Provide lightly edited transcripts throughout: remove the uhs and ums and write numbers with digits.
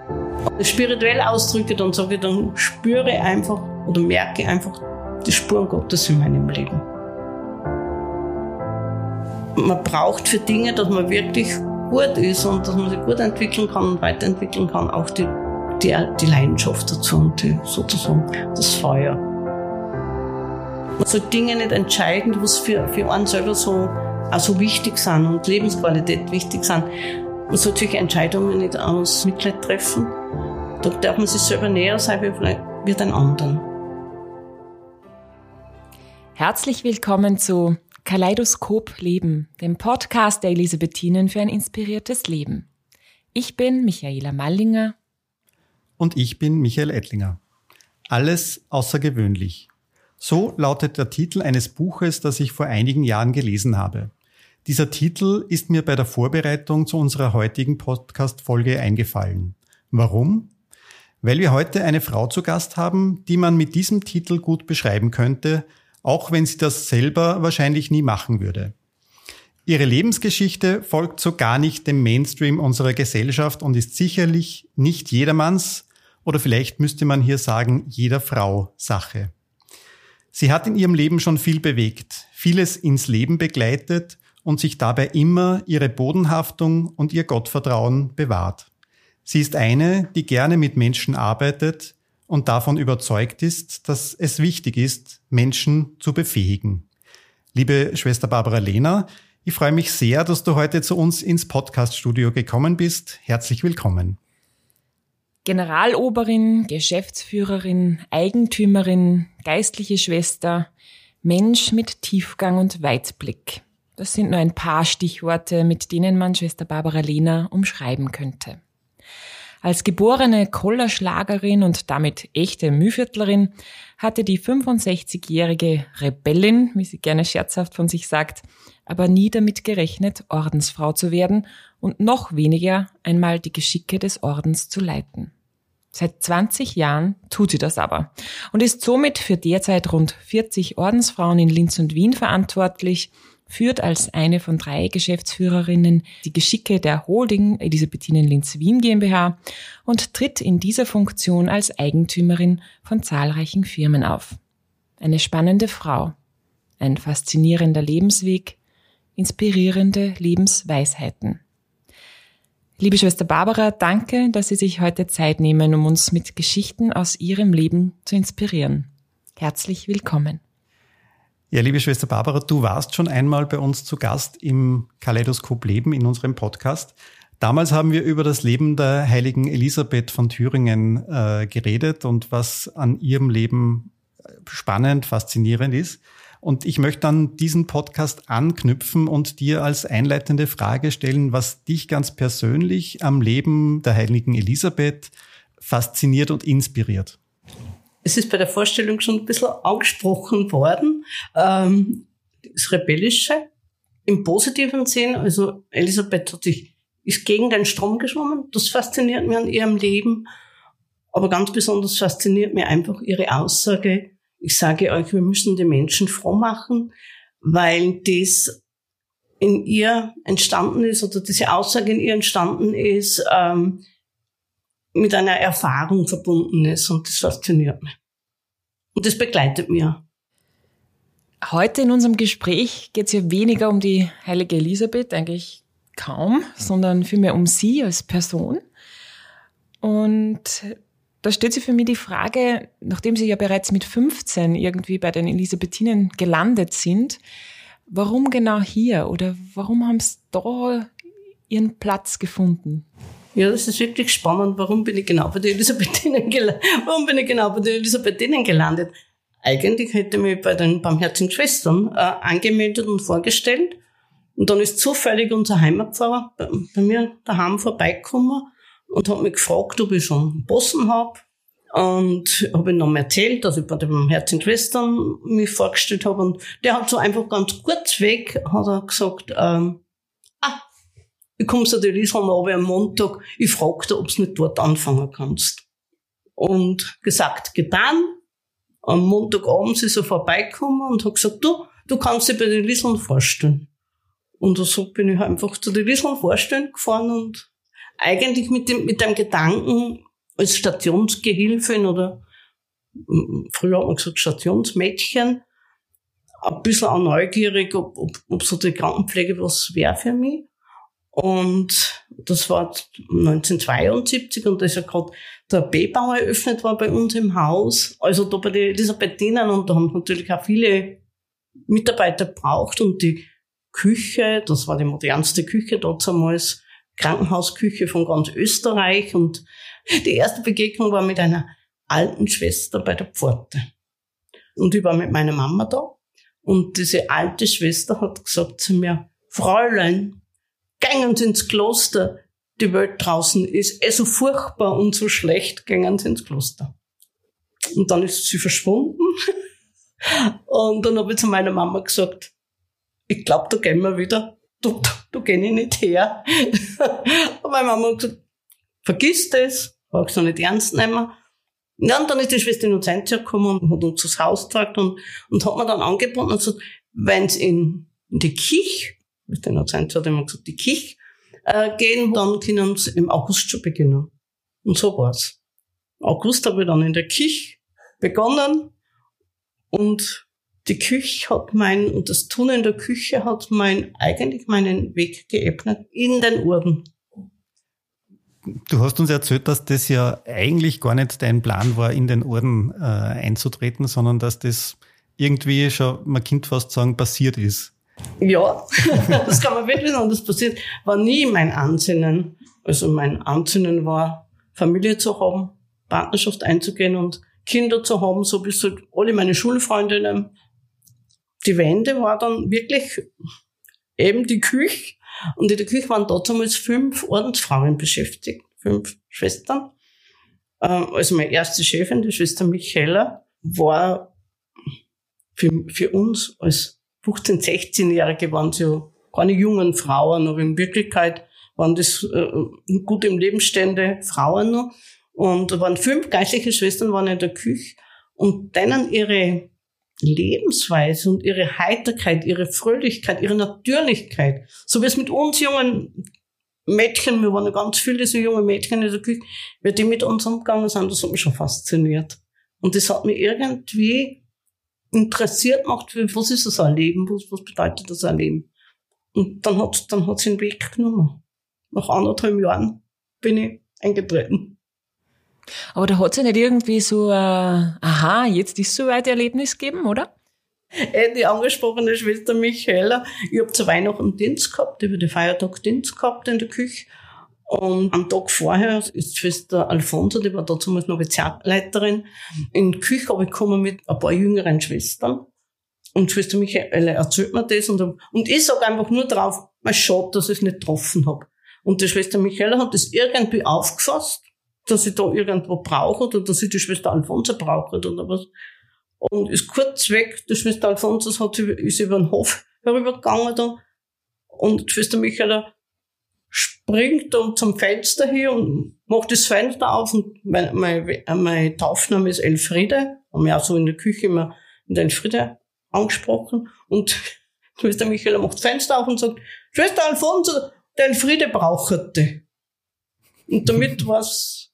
Das spirituell ausdrücke, dann sage ich, dann spüre einfach oder merke einfach die Spuren Gottes in meinem Leben. Man braucht für Dinge, dass man wirklich gut ist und dass man sich gut entwickeln kann und weiterentwickeln kann, auch die Leidenschaft dazu und sozusagen das Feuer. Man soll Dinge nicht entscheiden, die für einen selber auch so wichtig sind und Lebensqualität wichtig sind. Man soll solche Entscheidungen nicht aus Mitleid treffen. Da darf man sich selber näher sein wie den anderen. Herzlich willkommen zu Kaleidoskop Leben, dem Podcast der Elisabethinen für ein inspiriertes Leben. Ich bin Michaela Mallinger. Und ich bin Michael Ettlinger. Alles außergewöhnlich. So lautet der Titel eines Buches, das ich vor einigen Jahren gelesen habe. Dieser Titel ist mir bei der Vorbereitung zu unserer heutigen Podcast-Folge eingefallen. Warum? Weil wir heute eine Frau zu Gast haben, die man mit diesem Titel gut beschreiben könnte, auch wenn sie das selber wahrscheinlich nie machen würde. Ihre Lebensgeschichte folgt so gar nicht dem Mainstream unserer Gesellschaft und ist sicherlich nicht jedermanns, oder vielleicht müsste man hier sagen, jeder Frau Sache. Sie hat in ihrem Leben schon viel bewegt, vieles ins Leben begleitet und sich dabei immer ihre Bodenhaftung und ihr Gottvertrauen bewahrt. Sie ist eine, die gerne mit Menschen arbeitet und davon überzeugt ist, dass es wichtig ist, Menschen zu befähigen. Liebe Schwester Barbara Lehner, ich freue mich sehr, dass du heute zu uns ins Podcast-Studio gekommen bist. Herzlich willkommen. Generaloberin, Geschäftsführerin, Eigentümerin, geistliche Schwester, Mensch mit Tiefgang und Weitblick. Das sind nur ein paar Stichworte, mit denen man Schwester Barbara Lehner umschreiben könnte. Als geborene Kollerschlagerin und damit echte Mühviertlerin hatte die 65-jährige Rebellin, wie sie gerne scherzhaft von sich sagt, aber nie damit gerechnet, Ordensfrau zu werden und noch weniger einmal die Geschicke des Ordens zu leiten. Seit 20 Jahren tut sie das aber und ist somit für derzeit rund 40 Ordensfrauen in Linz und Wien verantwortlich, führt als eine von 3 Geschäftsführerinnen die Geschicke der Holding Elisabethinen Linz Wien GmbH und tritt in dieser Funktion als Eigentümerin von zahlreichen Firmen auf. Eine spannende Frau, ein faszinierender Lebensweg, inspirierende Lebensweisheiten. Liebe Schwester Barbara, danke, dass Sie sich heute Zeit nehmen, um uns mit Geschichten aus Ihrem Leben zu inspirieren. Herzlich willkommen. Ja, liebe Schwester Barbara, du warst schon einmal bei uns zu Gast im Kaleidoskop Leben in unserem Podcast. Damals haben wir über das Leben der heiligen Elisabeth von Thüringen geredet und was an ihrem Leben spannend, faszinierend ist. Und ich möchte an diesen Podcast anknüpfen und dir als einleitende Frage stellen, was dich ganz persönlich am Leben der heiligen Elisabeth fasziniert und inspiriert. Es ist bei der Vorstellung schon ein bisschen angesprochen worden. Das Rebellische im positiven Sinn. Also Elisabeth ist gegen den Strom geschwommen. Das fasziniert mich an ihrem Leben. Aber ganz besonders fasziniert mich einfach ihre Aussage: Ich sage euch, wir müssen die Menschen froh machen, weil das in ihr entstanden ist, oder diese Aussage in ihr entstanden ist, mit einer Erfahrung verbunden ist, und das fasziniert mich. Und das begleitet mich. Heute in unserem Gespräch geht es ja weniger um die heilige Elisabeth, eigentlich kaum, sondern vielmehr um sie als Person. Und da stellt sich für mich die Frage, nachdem Sie ja bereits mit 15 irgendwie bei den Elisabethinen gelandet sind, warum genau hier, oder warum haben Sie da Ihren Platz gefunden? Ja, das ist wirklich spannend. Warum bin ich genau bei den Elisabethinen gelandet? Eigentlich hätte ich mich bei den Barmherzigen Schwestern angemeldet und vorgestellt. Und dann ist zufällig unser Heimatpfarrer bei mir daheim vorbeigekommen und hat mich gefragt, ob ich schon Posten habe. Und habe ihm noch erzählt, dass ich bei den Barmherzigen Schwestern mich vorgestellt habe. Und der hat so einfach ganz kurz weg, hat er gesagt, ich komme zu der Liesland runter am Montag, ich frage dich, ob du nicht dort anfangen kannst. Und gesagt, getan. Am Montagabend ist er vorbeigekommen und hat gesagt, du kannst dich bei der Liesland vorstellen. Und so bin ich einfach zu der Liesland vorstellen gefahren und eigentlich mit dem Gedanken, als Stationsgehilfin oder früher hat man gesagt Stationsmädchen, ein bisschen auch neugierig, ob so die Krankenpflege was wäre für mich. Und das war 1972 und da ist ja gerade der B-Bau eröffnet worden bei uns im Haus, also da bei den Elisabethinen, und da haben natürlich auch viele Mitarbeiter gebraucht, und die Küche, das war die modernste Küche damals, Krankenhausküche von ganz Österreich, und die erste Begegnung war mit einer alten Schwester bei der Pforte. Und ich war mit meiner Mama da, und diese alte Schwester hat gesagt zu mir, Fräulein, gehen Sie ins Kloster, die Welt draußen ist so furchtbar und so schlecht, gehen Sie ins Kloster. Und dann ist sie verschwunden, und dann habe ich zu meiner Mama gesagt, ich glaube, da gehen wir wieder, da geh ich nicht her. Und meine Mama hat gesagt, vergiss das, magst du nicht ernst nehmen. Ja, und dann ist die Schwester Innocentia gekommen und hat uns das Haus gezeigt und hat mir dann angeboten und gesagt, wenn sie in die Kirche, die Innocentia hat immer gesagt, die Kirche gehen, dann können sie im August schon beginnen. Und so war's. August habe ich dann in der Kirche begonnen, und die Küche und das Tun in der Küche hat eigentlich meinen Weg geebnet in den Orden. Du hast uns erzählt, dass das ja eigentlich gar nicht dein Plan war, in den Orden einzutreten, sondern dass das irgendwie schon, man könnte fast sagen, passiert ist. Ja, das kann man wirklich sagen, das passiert. War nie mein Ansinnen. Also mein Ansinnen war, Familie zu haben, Partnerschaft einzugehen und Kinder zu haben, so bis halt alle meine Schulfreundinnen. Die Wende war dann wirklich eben die Küche. Und in der Küche waren damals 5 Ordensfrauen beschäftigt, 5 Schwestern. Also meine erste Chefin, die Schwester Michaela, war für uns als 15-, 16-Jährige waren sie ja keine jungen Frauen, aber in Wirklichkeit waren das gut im Leben stehende Frauen noch. Und da waren 5 geistliche Schwestern waren in der Küche, und denen ihre Lebensweise und ihre Heiterkeit, ihre Fröhlichkeit, ihre Natürlichkeit, so wie es mit uns jungen Mädchen, wir waren ja ganz viele so junge Mädchen in der Küche, wie die mit uns umgegangen sind, das hat mich schon fasziniert. Und das hat mich irgendwie interessiert gemacht, was ist das ein Leben, was bedeutet das ein Leben? Und dann hat sie einen Weg genommen. Nach 1,5 Jahren bin ich eingetreten. Aber da hat es ja nicht irgendwie so aha, jetzt ist soweit Erlebnis gegeben, oder? Die angesprochene Schwester Michaela, ich habe zu Weihnachten Dienst gehabt, ich habe den Feiertag Dienst gehabt in der Küche. Und am Tag vorher ist Schwester Alfonso, die war damals Noviziatleiterin, in die Küche habe ich gekommen mit ein paar jüngeren Schwestern. Und Schwester Michaela erzählt mir das, und ich sage einfach nur drauf, mal schade, dass ich es nicht getroffen habe. Und die Schwester Michaela hat das irgendwie aufgefasst, dass ich da irgendwo brauche oder dass ich die Schwester Alfonso brauche oder was. Und ist kurz weg, die Schwester Alfonso ist über den Hof herübergegangen da, und die Schwester Michaela springt da zum Fenster hier und macht das Fenster auf, und mein Taufname ist Elfriede, haben wir auch so in der Küche immer in der Elfriede angesprochen, und die Schwester Michaela macht das Fenster auf und sagt, Schwester Alfonso, der Elfriede braucht die. Und damit war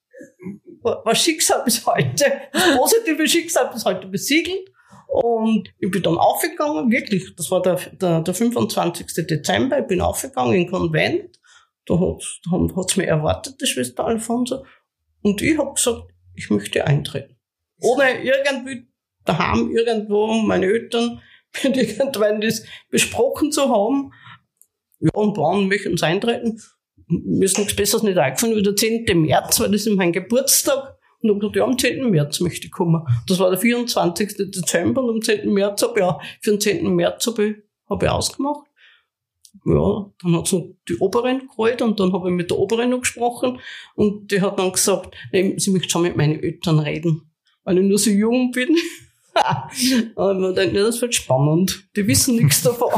Schicksal bis heute, das positive Schicksal bis heute besiegelt. Und ich bin dann aufgegangen, wirklich, das war der 25. Dezember, ich bin aufgegangen in den Konvent, da hat's mir erwartet, die Schwester Alfonso, und ich hab gesagt, ich möchte eintreten. Ohne irgendwie daheim irgendwo, meine Eltern, mit irgendwann das besprochen zu haben. Ja, und wann möchten sie eintreten? Mir ist nichts Besseres nicht eingefallen wie der 10. März, weil das ist mein Geburtstag. Und dann gesagt, ja, am 10. März möchte ich kommen. Das war der 24. Dezember, und am 10. März für den 10. März hab ich ausgemacht. Ja, dann hat so die Oberin geholt, und dann habe ich mit der Oberin noch gesprochen, und die hat dann gesagt, nee, sie möchte schon mit meinen Eltern reden, weil ich nur so jung bin. Aber man denkt, ja, das wird spannend. Die wissen nichts davon.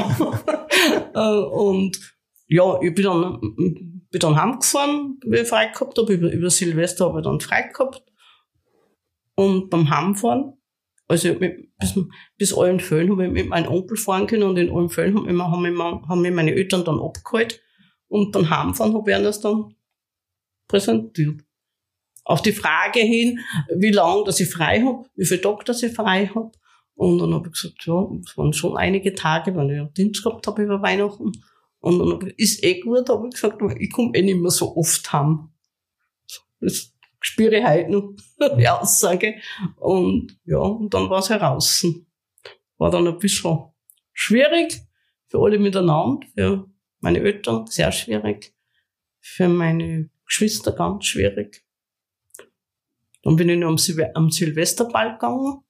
Und ja, ich bin dann heimgefahren, wie ich frei gehabt habe. Über Silvester habe ich dann frei gehabt. Und beim Heimfahren, also bis Allenföhn habe ich mit meinem Onkel fahren können, und in Allenföhn haben mich meine Eltern dann abgeholt. Und beim Heimfahren habe ich das dann präsentiert. Auf die Frage hin, wie lange dass ich frei habe, wie viele Tage dass ich frei habe. Und dann habe ich gesagt, ja, es waren schon einige Tage, weil ich ja Dienst gehabt habe über Weihnachten. Und dann habe ich, ist gut, habe ich gesagt, aber ich komme nicht mehr so oft heim. Das spüre ich heute noch, die Aussage. Und ja, und dann war es heraus. War dann ein bisschen schwierig für alle miteinander, für meine Eltern sehr schwierig, für meine Geschwister ganz schwierig. Dann bin ich noch am Silvesterball gegangen.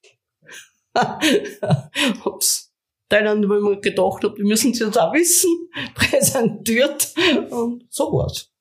Hab's Thailand, weil ich mir gedacht habe, die müssen es jetzt auch wissen, präsentiert. Und so war's.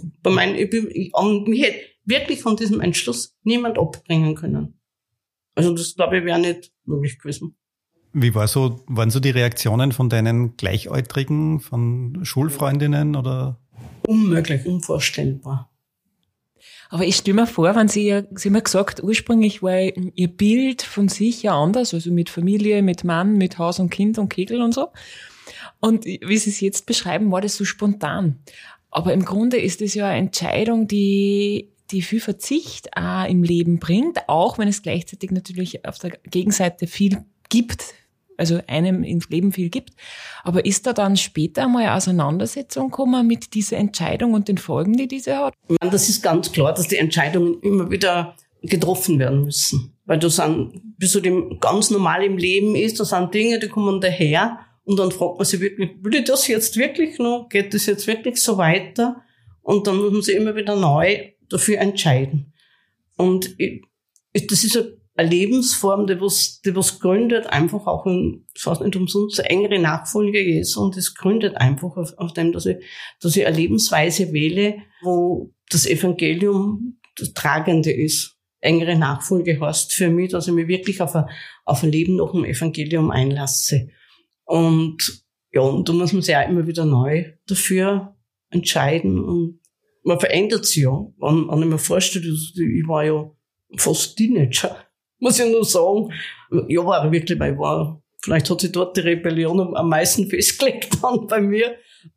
Mich hätte wirklich von diesem Entschluss niemand abbringen können. Also das, glaube ich, wäre nicht möglich gewesen. Wie waren so die Reaktionen von deinen Gleichaltrigen, von Schulfreundinnen oder? Unmöglich, unvorstellbar. Aber ich stelle mir vor, wenn Sie haben ja gesagt, ursprünglich war Ihr Bild von sich ja anders, also mit Familie, mit Mann, mit Haus und Kind und Kegel und so. Und wie Sie es jetzt beschreiben, war das so spontan. Aber im Grunde ist es ja eine Entscheidung, die viel Verzicht auch im Leben bringt, auch wenn es gleichzeitig natürlich auf der Gegenseite viel gibt, also einem im Leben viel gibt. Aber ist da dann später mal eine Auseinandersetzung gekommen mit dieser Entscheidung und den Folgen, die diese hat? Ich meine, das ist ganz klar, dass die Entscheidungen immer wieder getroffen werden müssen. Weil das sind, wie so dem ganz normal im Leben ist, da sind Dinge, die kommen daher und dann fragt man sich wirklich, will ich das jetzt wirklich noch? Geht das jetzt wirklich so weiter? Und dann muss man sich immer wieder neu dafür entscheiden. Und das ist eine Lebensform, die was gründet, einfach auch fast nicht umsonst, eine engere Nachfolge Jesu, und das gründet einfach auf dem, dass ich eine Lebensweise wähle, wo das Evangelium das Tragende ist. Engere Nachfolge heißt für mich, dass ich mich wirklich auf ein Leben nach dem Evangelium einlasse. Und ja, und da muss man sich auch immer wieder neu dafür entscheiden, und man verändert sich ja. Wenn ich mir vorstelle, ich war ja fast Teenager, muss ich nur sagen. Ja, war ich wirklich, weil vielleicht hat sich dort die Rebellion am meisten festgelegt dann bei mir.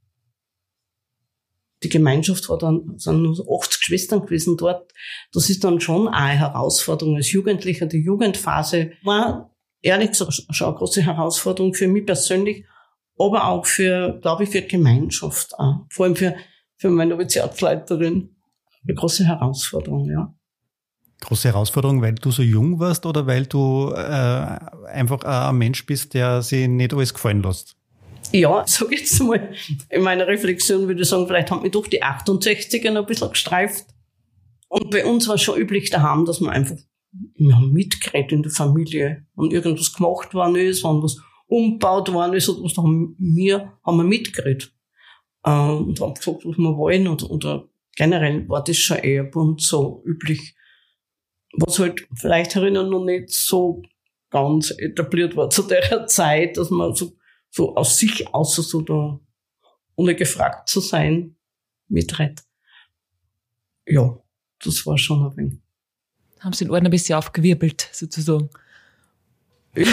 Die Gemeinschaft sind nur 80 Schwestern gewesen dort. Das ist dann schon auch eine Herausforderung als Jugendlicher. Die Jugendphase war, ehrlich gesagt, schon eine große Herausforderung für mich persönlich, aber auch glaube ich, für die Gemeinschaft auch. Vor allem für meine Noviziatsleiterin. Eine große Herausforderung, ja. Große Herausforderung, weil du so jung warst oder weil du einfach ein Mensch bist, der sich nicht alles gefallen lässt? Ja, sag ich jetzt mal, in meiner Reflexion würde ich sagen, vielleicht haben mich doch die 68er noch ein bisschen gestreift. Und bei uns war es schon üblich daheim, dass wir haben mitgeredet in der Familie. Wenn irgendwas gemacht worden ist, wenn was umgebaut worden ist, oder was, haben wir mitgeredet. Und haben gesagt, was wir wollen, oder generell war das schon eher bei uns so üblich. Was halt vielleicht herinnen noch nicht so ganz etabliert war zu der Zeit, dass man so aus sich außer so da, ohne gefragt zu sein, mitredet. Ja, das war schon ein wenig. Haben Sie den Orden ein bisschen aufgewirbelt, sozusagen? Ja.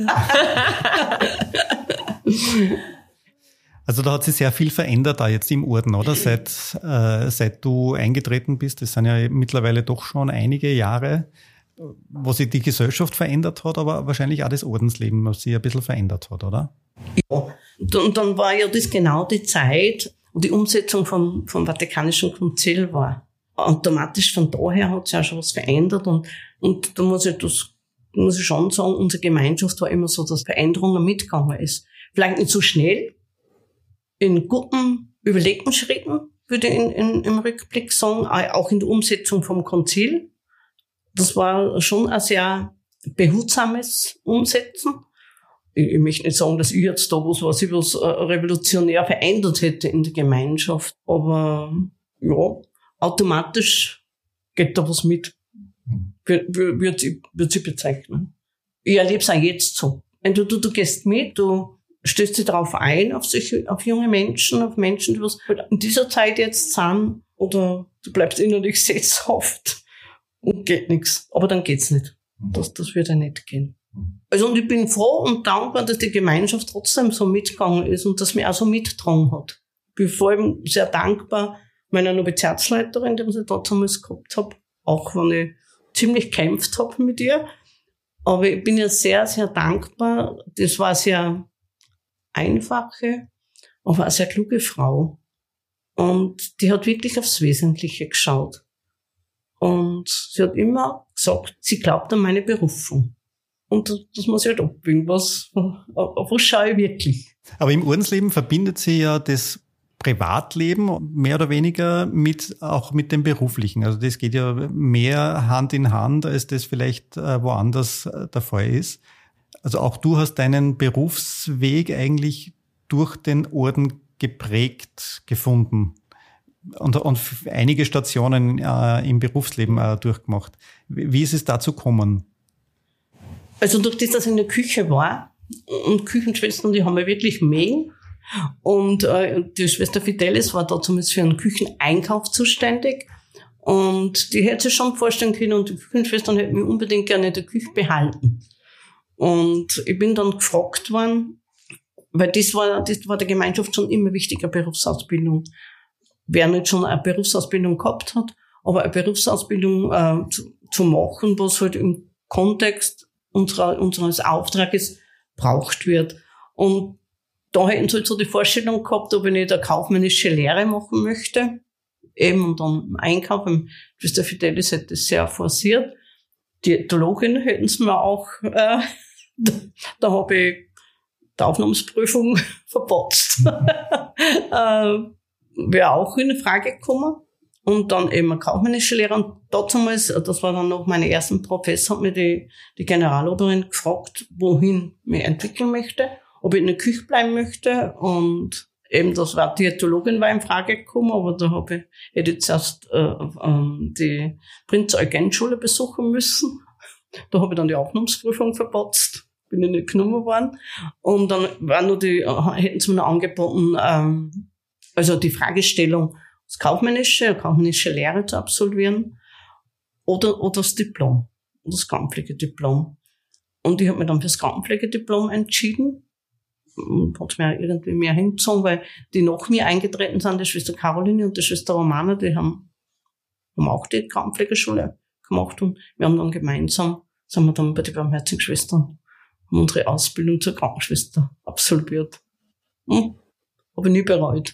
Also da hat sich sehr viel verändert da jetzt im Orden, oder? Seit du eingetreten bist, das sind ja mittlerweile doch schon einige Jahre, wo sich die Gesellschaft verändert hat, aber wahrscheinlich auch das Ordensleben, was sich ein bisschen verändert hat, oder? Ja, und dann war ja das genau die Zeit, wo die Umsetzung vom Vatikanischen Konzil war. Automatisch von daher hat sich ja schon was verändert, und da muss ich schon sagen, unsere Gemeinschaft war immer so, dass Veränderungen mitgegangen ist. Vielleicht nicht so schnell, in guten, überlegten Schritten, würde ich im Rückblick sagen, auch in der Umsetzung vom Konzil. Das war schon ein sehr behutsames Umsetzen. Ich möchte nicht sagen, dass ich jetzt da was revolutionär verändert hätte in der Gemeinschaft, aber ja, automatisch geht da was mit, würde ich bezeichnen. Ich erlebe es auch jetzt so. Wenn du gehst mit, du stößt dich darauf ein, auf junge Menschen, auf Menschen, die was in dieser Zeit jetzt sind, oder du bleibst innerlich sesshaft und geht nichts. Aber dann geht's nicht. Das würde ja nicht gehen. Also, und ich bin froh und dankbar, dass die Gemeinschaft trotzdem so mitgegangen ist und dass mich auch so mitgetragen hat. Ich bin vor allem sehr dankbar meiner Noviziatsleiterin, die ich damals gehabt habe, auch wenn ich ziemlich gekämpft habe mit ihr. Aber ich bin ihr sehr, sehr dankbar. Das war eine sehr einfache, aber eine sehr kluge Frau. Und die hat wirklich aufs Wesentliche geschaut. Und sie hat immer gesagt, sie glaubt an meine Berufung. Und das muss ich halt abwägen, auf was schaue ich wirklich. Aber im Ordensleben verbindet sie ja das Privatleben mehr oder weniger auch mit dem Beruflichen. Also das geht ja mehr Hand in Hand, als das vielleicht woanders der Fall ist. Also auch du hast deinen Berufsweg eigentlich durch den Orden geprägt gefunden und einige Stationen im Berufsleben durchgemacht. Wie ist es dazu gekommen? Also durch das, dass ich in der Küche war und Küchenschwestern, die haben ja wirklich Mehl. Und die Schwester Fidelis war da zumindest für einen Kücheneinkauf zuständig. Und die hätte sich schon vorstellen können und die Küchenschwestern hätten mich unbedingt gerne in der Küche behalten. Und ich bin dann gefragt worden, weil das war der Gemeinschaft schon immer wichtiger, Berufsausbildung. Wer nicht schon eine Berufsausbildung gehabt hat, aber eine Berufsausbildung zu machen, was halt im Kontext unseres Auftrages braucht wird. Und da hätten sie halt so die Vorstellung gehabt, ob ich nicht eine kaufmännische Lehre machen möchte. Eben und dann im Einkauf. Schwester Fidelis hat das sehr forciert. Diätologin hätten sie mir auch, da habe ich die Aufnahmeprüfung verpatzt. Wäre auch in Frage gekommen. Und dann eben eine kaufmännische Lehre. Und damals, das war dann noch meine ersten Professor, hat mir die Generaloberin gefragt, wohin ich mich entwickeln möchte, ob ich in der Küche bleiben möchte. Und eben das war Diätologin war in Frage gekommen, aber da hätte ich zuerst die Prinz-Eugen-Schule besuchen müssen. Da habe ich dann die Aufnahmeprüfung verpatzt, bin ich nicht genommen worden. Und dann hätten sie mir noch angeboten, also die Fragestellung, das kaufmännische Lehre zu absolvieren oder das Diplom, das Krankenpflegediplom. Und ich habe mich dann fürs Krankenpflegediplom entschieden. Und hat mir irgendwie mehr hingezogen, weil die nach mir eingetreten sind, die Schwester Caroline und die Schwester Romana, die haben auch die Krankenpflegeschule gemacht und wir haben dann gemeinsam, sind wir dann bei den Barmherzigen Schwestern, haben unsere Ausbildung zur Krankenschwester absolviert. Habe ich nie bereut.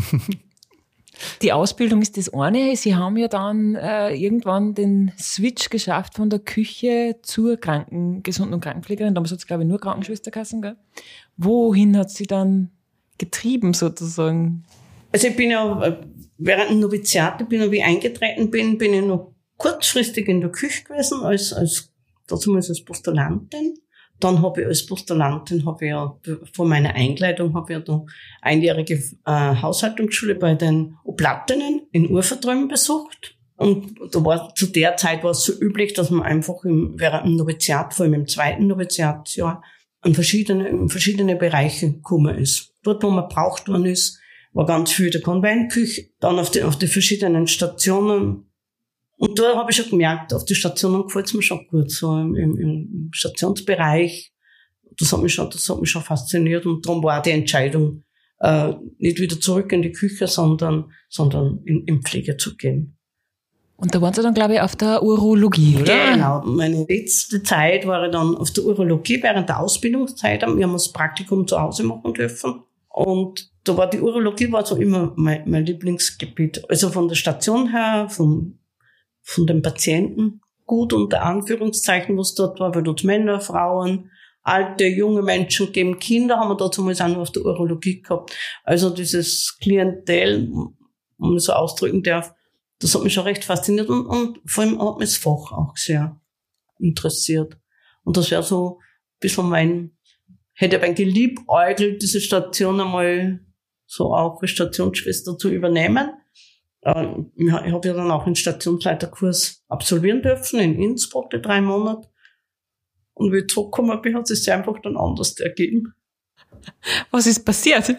Die Ausbildung ist das eine. Sie haben ja dann irgendwann den Switch geschafft von der Küche zur Gesunden- und Krankenpflegerin. Damals hat es, glaube ich, nur Krankenschwester geheißen, gell? Wohin hat sie dann getrieben, sozusagen? Also ich bin ja während dem Noviziat, wie ich eingetreten bin, bin ich noch kurzfristig in der Küche gewesen, damals als Postulantin. Dann habe ich als Postulantin, vor meiner Einkleidung, habe ich da einjährige Haushaltungsschule bei den Oblatinnen in Urverträumen besucht. Und zu der Zeit war es so üblich, dass man einfach während dem Noviziat, vor allem im zweiten Noviziatsjahr, in verschiedene Bereiche gekommen ist. Dort, wo man braucht worden ist, war ganz viel der Konventküche, dann auf die verschiedenen Stationen. Und da habe ich schon gemerkt, auf die Stationen gefällt es mir schon gut, so im Stationsbereich. Das hat mich schon fasziniert und darum war die Entscheidung, nicht wieder zurück in die Küche, sondern in Pflege zu gehen. Und da waren Sie dann, glaube ich, auf der Urologie, oder? Genau. Meine letzte Zeit war ich dann auf der Urologie während der Ausbildungszeit. Wir haben das Praktikum zu Hause machen dürfen. Und da war die Urologie so immer mein Lieblingsgebiet. Also von der Station her, von den Patienten, gut unter Anführungszeichen, was dort war, weil dort Männer, Frauen, alte, junge Menschen geben, Kinder haben wir da zumindest auch noch auf der Urologie gehabt. Also dieses Klientel, wenn man so ausdrücken darf, das hat mich schon recht fasziniert und vor allem hat mich das Fach auch sehr interessiert. Und das wäre so ein bisschen hätte ich geliebäugelt, diese Station einmal so auch als Stationsschwester zu übernehmen. Ich habe ja dann auch einen Stationsleiterkurs absolvieren dürfen in Innsbruck, die 3 Monate. Und wie ich zurückgekommen bin, hat es sich einfach dann anders ergeben. Was ist passiert?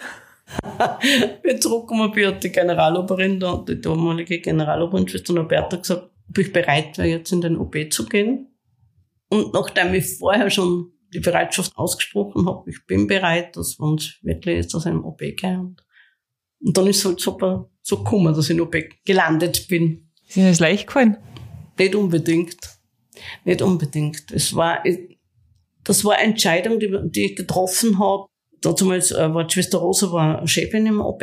Wie ich zurückgekommen bin, hat die Generaloberin, die damalige Generaloberin, Schwester Norberta, gesagt, ob ich bereit wäre, jetzt in den OP zu gehen. Und nachdem ich vorher schon die Bereitschaft ausgesprochen habe, ich bin bereit, dass wenn es wirklich ist, dass ich im OP gehe. Und dann ist es halt super so gekommen, dass ich in OP gelandet bin. Ist Ihnen das leicht gefallen? Nicht unbedingt. Das war eine Entscheidung, die ich getroffen habe. Damals war die Schwester Rosa war Chefin im OP.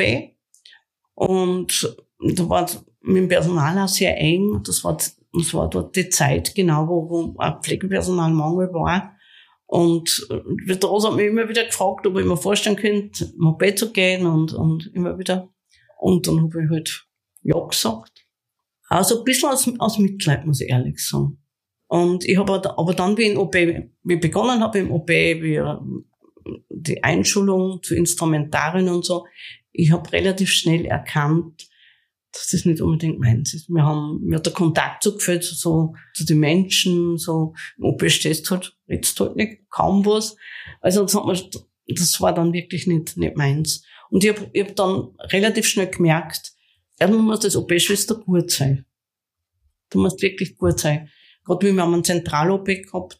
Und da war mit dem Personal auch sehr eng. Das war dort die Zeit, genau, wo auch Pflegepersonalmangel war. Und Schwester Rosa hat mich immer wieder gefragt, ob ich mir vorstellen könnte, im OP zu gehen und immer wieder. Und dann habe ich halt ja gesagt. Also ein bisschen aus Mitleid, muss ich ehrlich sagen. Und ich habe aber dann, wie ich begonnen habe im OP, wie die Einschulung zu Instrumentarien und so, ich habe relativ schnell erkannt, dass das nicht unbedingt meins ist. Mir hat der Kontakt so gefällt, so zu den Menschen, so, im OP redest halt nicht, kaum was. Also das war dann wirklich nicht meins. Und ich hab dann relativ schnell gemerkt, erstmal muss das OP-Schwester gut sein. Du musst wirklich gut sein. Gerade wie wir haben einen Zentral-OP gehabt,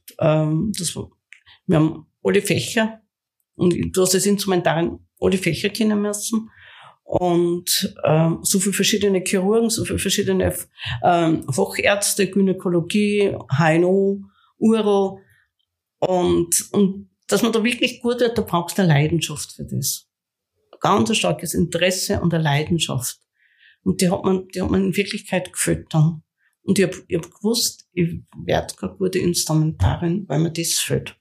wir haben alle Fächer, und du hast das Instrumentarium alle Fächer kennen müssen. Und so viele verschiedene Chirurgen, so viele verschiedene Fachärzte, Gynäkologie, HNO, Uro. Und dass man da wirklich gut wird, da brauchst du eine Leidenschaft für das. Ganz ein starkes Interesse und eine Leidenschaft. Und die hat man in Wirklichkeit gefällt dann. Und ich hab gewusst, ich werde keine gute Instrumentarin, weil mir das fehlt.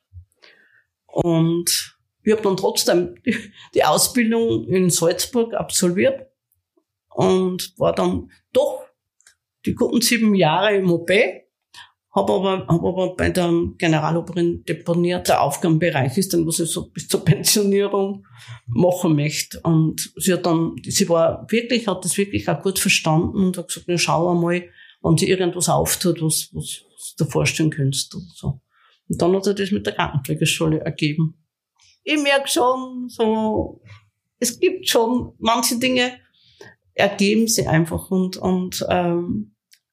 Und ich habe dann trotzdem die Ausbildung in Salzburg absolviert und war dann doch die guten 7 Jahre im OP, habe aber bei der Generaloperin deponiert. Der Aufgabenbereich ist dann, was ich so bis zur Pensionierung machen möchte. Und sie hat das wirklich auch gut verstanden und hat gesagt, na, schau einmal, wenn sie irgendwas auftut, was du dir vorstellen könntest. Und so. Und dann hat er das mit der Krankenpflegeschule ergeben. Ich merke schon, so, es gibt schon, manche Dinge ergeben sich einfach und man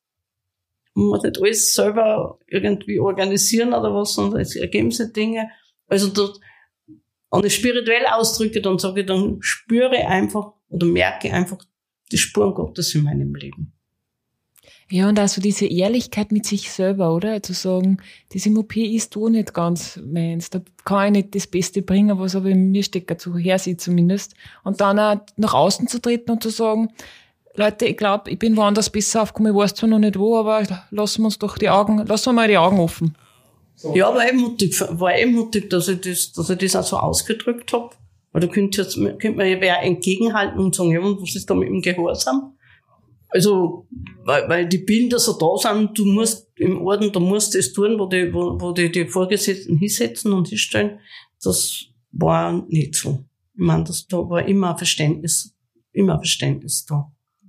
muss nicht alles selber irgendwie organisieren oder was, sondern es ergeben sich Dinge. Also wenn ich spirituell ausdrücke, dann sage ich, dann spüre einfach oder merke einfach die Spuren Gottes in meinem Leben. Ja, und also diese Ehrlichkeit mit sich selber, oder? Zu sagen, das im OP ist du nicht ganz meins. Da kann ich nicht das Beste bringen, was aber in mir steckt, zu hersieht zumindest. Und dann auch nach außen zu treten und zu sagen, Leute, ich glaube, ich bin woanders besser aufgekommen, ich weiß zwar noch nicht wo, aber lassen wir mal die Augen offen. So. Ja, war mutig, dass ich das auch so ausgedrückt habe. Weil da könnte man ja wer entgegenhalten und sagen, ja, und was ist da mit dem Gehorsam? Also, weil die Bilder so da sind, du musst im Orden, du musst das tun, wo die Vorgesetzten hinsetzen und hinstellen. Das war nicht so. Ich meine, da war immer ein Verständnis da.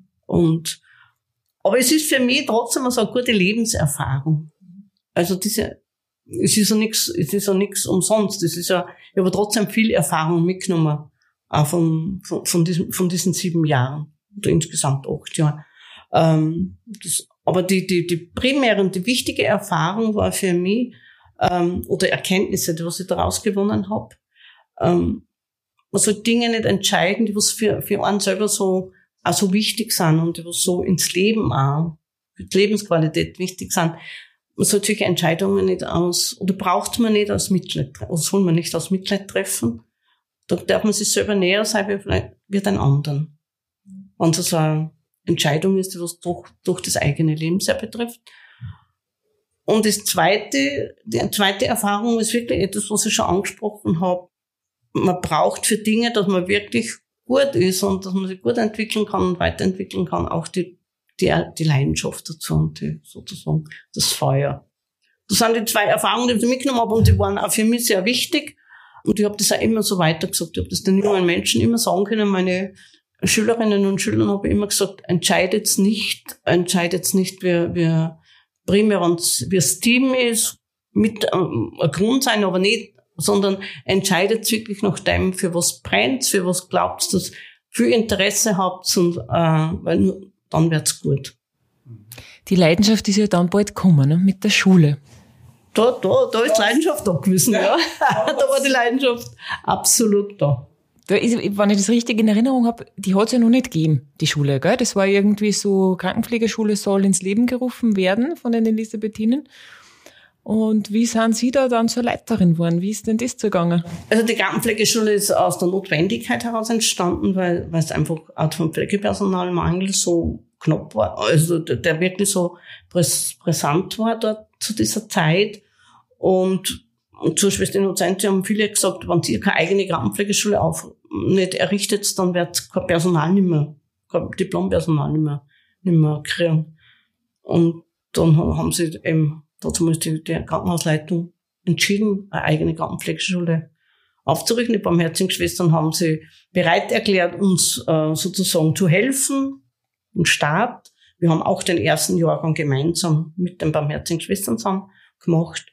Aber es ist für mich trotzdem so eine gute Lebenserfahrung. Also es ist ja nichts umsonst. Ich habe trotzdem viel Erfahrung mitgenommen, auch von diesen 7 Jahren, oder insgesamt 8 Jahren. Aber die primäre und die wichtige Erfahrung war für mich, oder Erkenntnisse, was ich daraus gewonnen habe, also Dinge nicht entscheiden, die was für einen selber so wichtig sind und die was so ins Leben auch, für die Lebensqualität wichtig sind. Man soll solche Entscheidungen braucht man nicht aus Mitleid, oder soll man nicht aus Mitleid treffen. Da darf man sich selber näher sein wie den anderen. Wenn es so eine Entscheidung ist, die was durch das eigene Leben sehr betrifft. Und die zweite Erfahrung ist wirklich etwas, was ich schon angesprochen habe. Man braucht für Dinge, dass man wirklich gut ist und dass man sich gut entwickeln kann und weiterentwickeln kann, auch die Leidenschaft dazu und sozusagen das Feuer. Das sind die 2 Erfahrungen, die ich mitgenommen habe und die waren auch für mich sehr wichtig. Und ich habe das auch immer so weitergesagt. Ich habe das den jungen Menschen immer sagen können. Meine Schülerinnen und Schülern habe ich immer gesagt, entscheidet nicht, wie primär, wie das Team ist, mit ein Grund sein, aber nicht, sondern entscheidet wirklich nach dem, für was brennt, für was glaubt, dass viel Interesse habt, und weil nur dann wird's gut. Die Leidenschaft ist ja dann bald gekommen, ne? Mit der Schule. Da ist Leidenschaft da gewesen, ja. Da war die Leidenschaft absolut da. Da ist, wenn ich das richtig in Erinnerung habe, die hat es ja noch nicht gegeben, die Schule, gell? Das war irgendwie so, Krankenpflegeschule soll ins Leben gerufen werden von den Elisabethinen. Und wie sind Sie da dann zur Leiterin geworden? Wie ist denn das zugegangen? Also die Krankenpflegeschule ist aus der Notwendigkeit heraus entstanden, weil es einfach auch vom Pflegepersonalmangel so knapp war, also der wirklich so brisant war dort zu dieser Zeit. Und zur Schwester Innocentia haben viele gesagt, wenn sie keine eigene Krankenpflegeschule nicht errichtet, dann wird kein Personal nicht mehr, kein Diplompersonal nicht mehr kriegen. Und dann haben sie eben, dazu musste die Krankenhausleitung entschieden, eine eigene Krankenpflegeschule aufzurichten. Die Barmherzigen Schwestern haben sie bereit erklärt, uns sozusagen zu helfen, im Start. Wir haben auch den ersten Jahrgang gemeinsam mit den Barmherzigen Schwestern zusammen gemacht.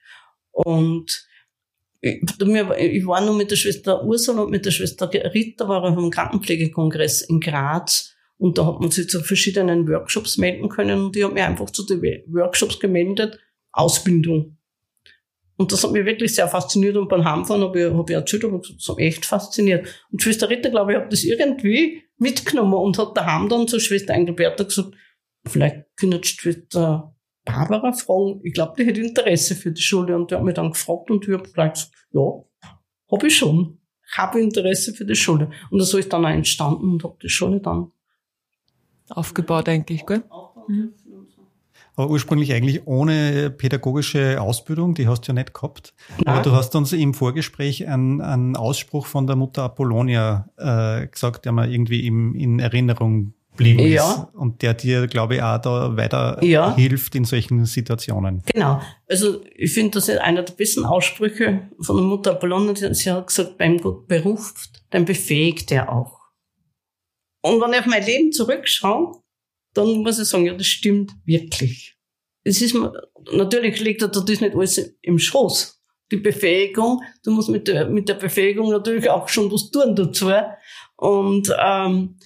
Und ich war nur mit der Schwester Ursula und mit der Schwester Rita, war auf einem Krankenpflegekongress in Graz. Und da hat man sich zu verschiedenen Workshops melden können. Und ich habe mich einfach zu den Workshops gemeldet, Ausbildung. Und das hat mich wirklich sehr fasziniert. Und beim Heimfahren habe ich erzählt, das hat mich echt fasziniert. Und Schwester Rita, glaube ich, hat das irgendwie mitgenommen und hat daheim dann zur Schwester Engelberta gesagt, vielleicht können die Schwester Barbara fragen. Ich glaube, die hätte Interesse für die Schule. Und die hat mich dann gefragt und ich habe gleich gesagt, ja, habe ich schon. Habe Interesse für die Schule. Und so ist dann auch entstanden und habe die Schule dann aufgebaut, eigentlich, gell? Mhm. Aber ursprünglich eigentlich ohne pädagogische Ausbildung, die hast du ja nicht gehabt. Nein. Aber du hast uns im Vorgespräch einen Ausspruch von der Mutter Apollonia gesagt, der mir irgendwie in Erinnerung geblieben ist. Und der dir, glaube ich, auch da weiter hilft in solchen Situationen. Genau. Also ich finde, das ist einer der besten Aussprüche von der Mutter Apollonia. Sie hat gesagt, beim Gott beruft, dann befähigt er auch. Und wenn ich auf mein Leben zurückschaue, dann muss ich sagen, ja, das stimmt wirklich. Es ist, natürlich liegt da das nicht alles im Schoß. Die Befähigung, du musst mit der Befähigung natürlich auch schon was tun dazu. Und, da,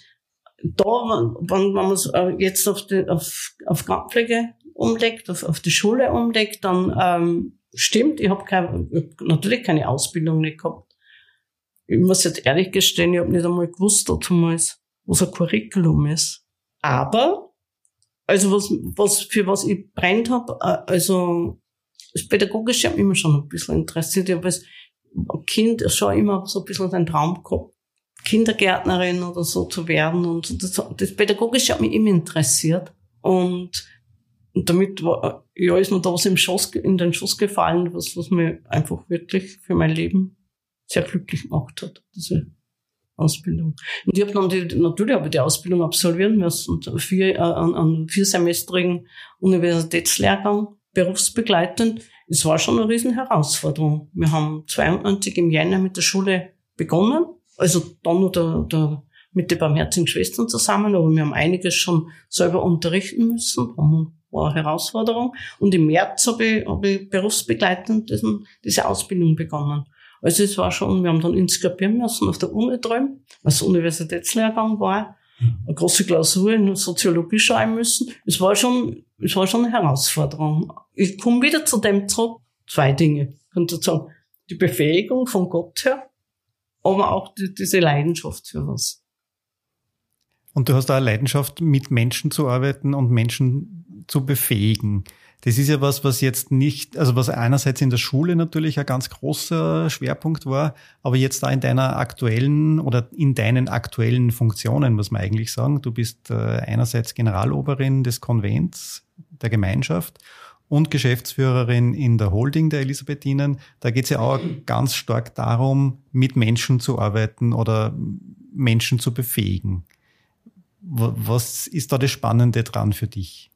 wenn man es jetzt auf Krankenpflege umlegt, auf die Schule umlegt, dann, stimmt, ich habe natürlich keine Ausbildung nicht gehabt. Ich muss jetzt ehrlich gestehen, ich habe nicht einmal gewusst damals, was ein Curriculum ist. Aber, also für was ich brennt habe, also das Pädagogische hat mich immer schon ein bisschen interessiert. Ich habe als Kind schon immer so ein bisschen den Traum gehabt, Kindergärtnerin oder so zu werden. Und das Pädagogische hat mich immer interessiert. Und damit ist mir da was in den Schoß gefallen, was mir einfach wirklich für mein Leben sehr glücklich gemacht hat. Diese Ausbildung. Und ich habe dann natürlich habe ich die Ausbildung absolvieren müssen, einen 4-semestrigen Universitätslehrgang, berufsbegleitend. Es war schon eine riesen Herausforderung. Wir haben 92 im Jänner mit der Schule begonnen, also dann nur mit den Barmherzigen Schwestern zusammen, aber wir haben einiges schon selber unterrichten müssen. War eine Herausforderung. Und im März habe ich berufsbegleitend diese Ausbildung begonnen. Also es war schon, wir haben dann inskribieren müssen auf der Uni drüben, was Universitätslehrgang war, eine große Klausur in Soziologie schreiben müssen. Es war schon eine Herausforderung. Ich komme wieder zu dem zurück, 2 Dinge. Ich könnte sagen, die Befähigung von Gott her, aber auch diese Leidenschaft für was. Und du hast auch eine Leidenschaft, mit Menschen zu arbeiten und Menschen zu befähigen. Das ist ja was jetzt nicht, also was einerseits in der Schule natürlich ein ganz großer Schwerpunkt war, aber jetzt da in deiner aktuellen oder in deinen aktuellen Funktionen, muss man eigentlich sagen. Du bist einerseits Generaloberin des Konvents, der Gemeinschaft und Geschäftsführerin in der Holding der Elisabethinen. Da geht es ja auch ganz stark darum, mit Menschen zu arbeiten oder Menschen zu befähigen. Was ist da das Spannende dran für dich?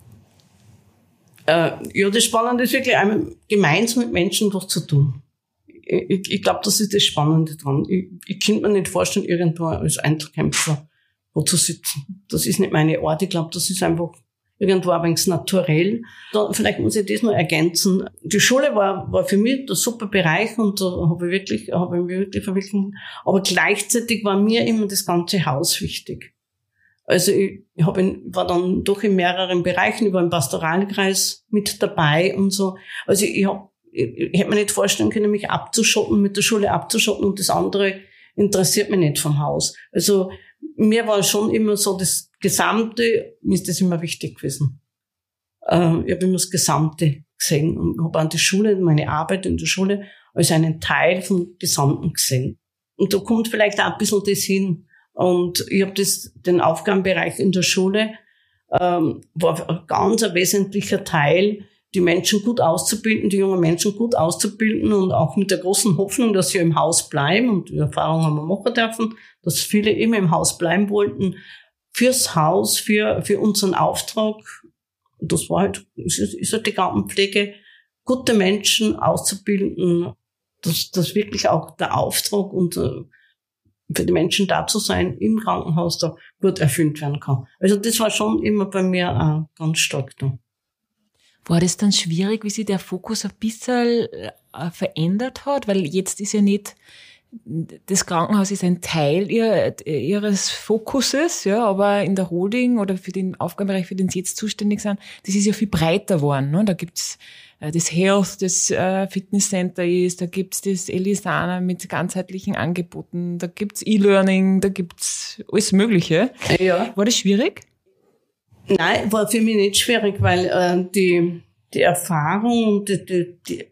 Ja, das Spannende ist wirklich, gemeinsam mit Menschen was zu tun. Ich glaube, das ist das Spannende dran. Ich könnte mir nicht vorstellen, irgendwo als Einzelkämpfer wo zu sitzen. Das ist nicht meine Art. Ich glaube, das ist einfach irgendwo ein wenig naturell. Vielleicht muss ich das noch ergänzen. Die Schule war für mich der super Bereich und da habe ich mich wirklich verwirklicht. Aber gleichzeitig war mir immer das ganze Haus wichtig. Also ich war dann doch in mehreren Bereichen, ich war im Pastoralkreis mit dabei und so. Also ich hätte mir nicht vorstellen können, mich mit der Schule abzuschotten und das andere interessiert mich nicht vom Haus. Also mir war schon immer so das Gesamte, mir ist das immer wichtig gewesen. Ich habe immer das Gesamte gesehen und habe an die Schule, meine Arbeit in der Schule als einen Teil vom Gesamten gesehen. Und da kommt vielleicht auch ein bisschen das hin. Und ich habe den Aufgabenbereich in der Schule, war ein ganz wesentlicher Teil, die Menschen gut auszubilden, die jungen Menschen gut auszubilden und auch mit der großen Hoffnung, dass sie im Haus bleiben. Und die Erfahrung haben wir machen dürfen, dass viele immer im Haus bleiben wollten, fürs Haus, für unseren Auftrag. Das war halt, ist halt die Gartenpflege, gute Menschen auszubilden, dass wirklich auch der Auftrag und für die Menschen da zu sein im Krankenhaus da gut erfüllt werden kann. Also das war schon immer bei mir auch ganz stark da. War das dann schwierig, wie sich der Fokus ein bisschen verändert hat? Weil jetzt ist ja nicht, das Krankenhaus ist ein Teil ihres Fokuses, ja, aber in der Holding oder für den Aufgabenbereich, für den Sie jetzt zuständig sind, das ist ja viel breiter geworden, ne? Da gibt's das Health, das Fitnesscenter ist, da gibt's das Elisana mit ganzheitlichen Angeboten, da gibt's E-Learning, da gibt's alles Mögliche. Ja. War das schwierig? Nein, war für mich nicht schwierig, weil die Erfahrung und die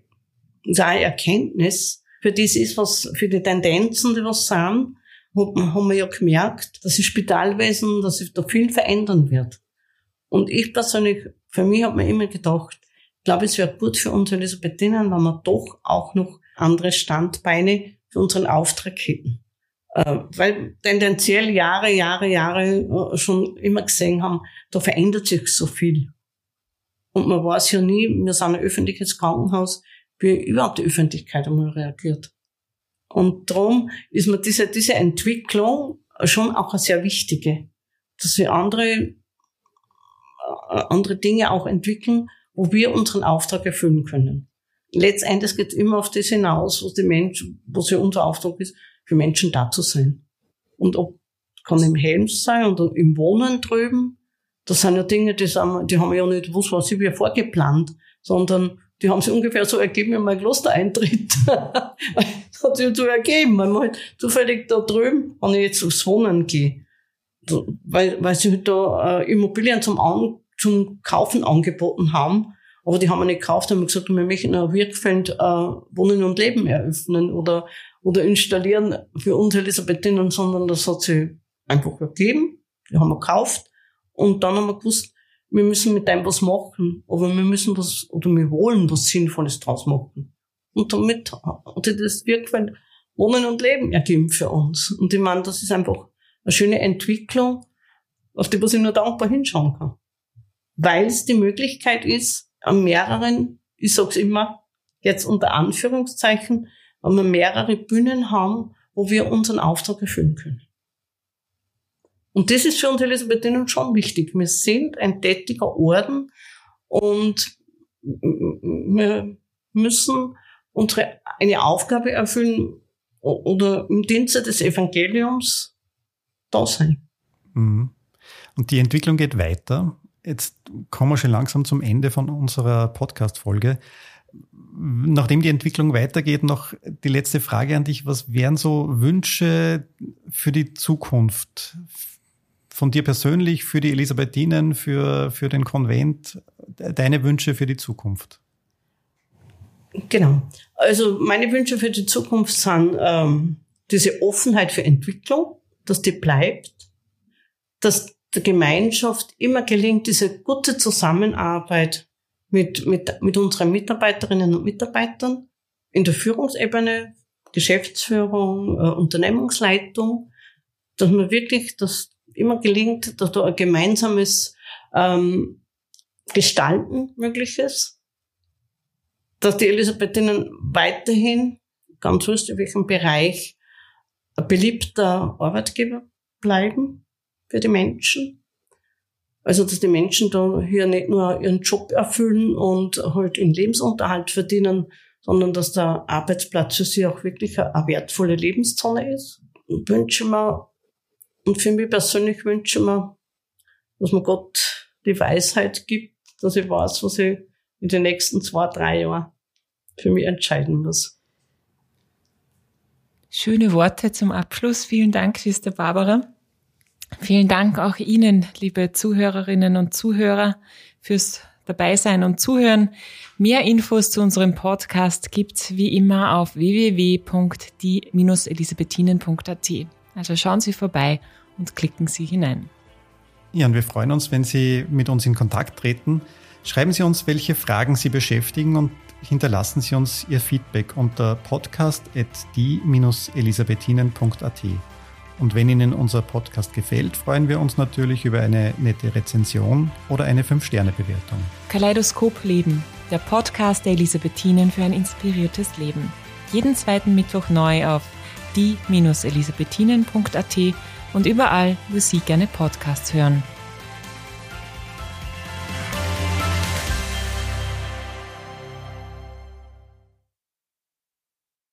Erkenntnis für das ist, was für die Tendenzen, die was sind, haben wir ja gemerkt, dass im Spitalwesen, dass sich da viel verändern wird. Und ich persönlich, für mich habe mir immer gedacht, ich glaube, es wäre gut für uns Elisabethinen, wenn wir doch auch noch andere Standbeine für unseren Auftrag hätten. Weil tendenziell Jahre schon immer gesehen haben, da verändert sich so viel. Und man weiß ja nie, wir sind ein öffentliches Krankenhaus, wie überhaupt die Öffentlichkeit einmal reagiert. Und darum ist mir diese Entwicklung schon auch eine sehr wichtige, dass wir andere Dinge auch entwickeln, wo wir unseren Auftrag erfüllen können. Letztendlich geht es immer auf das hinaus, was ja unser Auftrag ist, für Menschen da zu sein. Und ob, kann im Helms sein oder im Wohnen drüben, das sind ja Dinge, die haben wir ja nicht gewusst, was sie vorgeplant, sondern die haben sich ungefähr so ergeben, wie mein Klostereintritt. Das hat sich so ergeben, weil man halt zufällig da drüben, wenn ich jetzt aufs Wohnen gehe, weil sie halt da Immobilien zum Kaufen angeboten haben, aber die haben wir nicht gekauft, haben gesagt, wir möchten in Wirkfeld Wohnen und Leben eröffnen oder installieren für uns Elisabethinen, sondern das hat sie einfach ergeben, die haben wir gekauft und dann haben wir gewusst, wir müssen mit dem was machen, aber wir wollen was Sinnvolles draus machen. Und damit hat sich das Wirkfeld Wohnen und Leben ergeben für uns. Und ich meine, das ist einfach eine schöne Entwicklung, auf die man sich nur dankbar hinschauen kann. Weil es die Möglichkeit ist, an mehreren, ich sag's immer, jetzt unter Anführungszeichen, wenn wir mehrere Bühnen haben, wo wir unseren Auftrag erfüllen können. Und das ist für uns Elisabethinen schon wichtig. Wir sind ein tätiger Orden und wir müssen eine Aufgabe erfüllen oder im Dienste des Evangeliums da sein. Mhm. Und die Entwicklung geht weiter. Jetzt kommen wir schon langsam zum Ende von unserer Podcast-Folge. Nachdem die Entwicklung weitergeht, noch die letzte Frage an dich. Was wären so Wünsche für die Zukunft? Von dir persönlich, für die Elisabethinen, für den Konvent, deine Wünsche für die Zukunft? Genau. Also meine Wünsche für die Zukunft sind diese Offenheit für Entwicklung, dass die bleibt, dass der Gemeinschaft immer gelingt, diese gute Zusammenarbeit mit unseren Mitarbeiterinnen und Mitarbeitern in der Führungsebene, Geschäftsführung, Unternehmungsleitung, dass man wirklich das immer gelingt, dass da ein gemeinsames Gestalten möglich ist, dass die Elisabethinen weiterhin, ganz wurscht in welchem Bereich, ein beliebter Arbeitgeber bleiben für die Menschen. Also, dass die Menschen da hier nicht nur ihren Job erfüllen und halt ihren Lebensunterhalt verdienen, sondern dass der Arbeitsplatz für sie auch wirklich eine wertvolle Lebenszone ist. Und für mich persönlich wünsche ich mir, dass mir Gott die Weisheit gibt, dass ich weiß, was ich in den nächsten 2-3 Jahren für mich entscheiden muss. Schöne Worte zum Abschluss. Vielen Dank, Schwester Barbara. Vielen Dank auch Ihnen, liebe Zuhörerinnen und Zuhörer, fürs Dabeisein und Zuhören. Mehr Infos zu unserem Podcast gibt's wie immer auf www.die-elisabethinen.at. Also schauen Sie vorbei und klicken Sie hinein. Ja, und wir freuen uns, wenn Sie mit uns in Kontakt treten. Schreiben Sie uns, welche Fragen Sie beschäftigen und hinterlassen Sie uns Ihr Feedback unter podcast@die-elisabethinen.at. Und wenn Ihnen unser Podcast gefällt, freuen wir uns natürlich über eine nette Rezension oder eine 5-Sterne-Bewertung. Kaleidoskop Leben, der Podcast der Elisabethinen für ein inspiriertes Leben. Jeden zweiten Mittwoch neu auf die-elisabethinen.at und überall, wo Sie gerne Podcasts hören.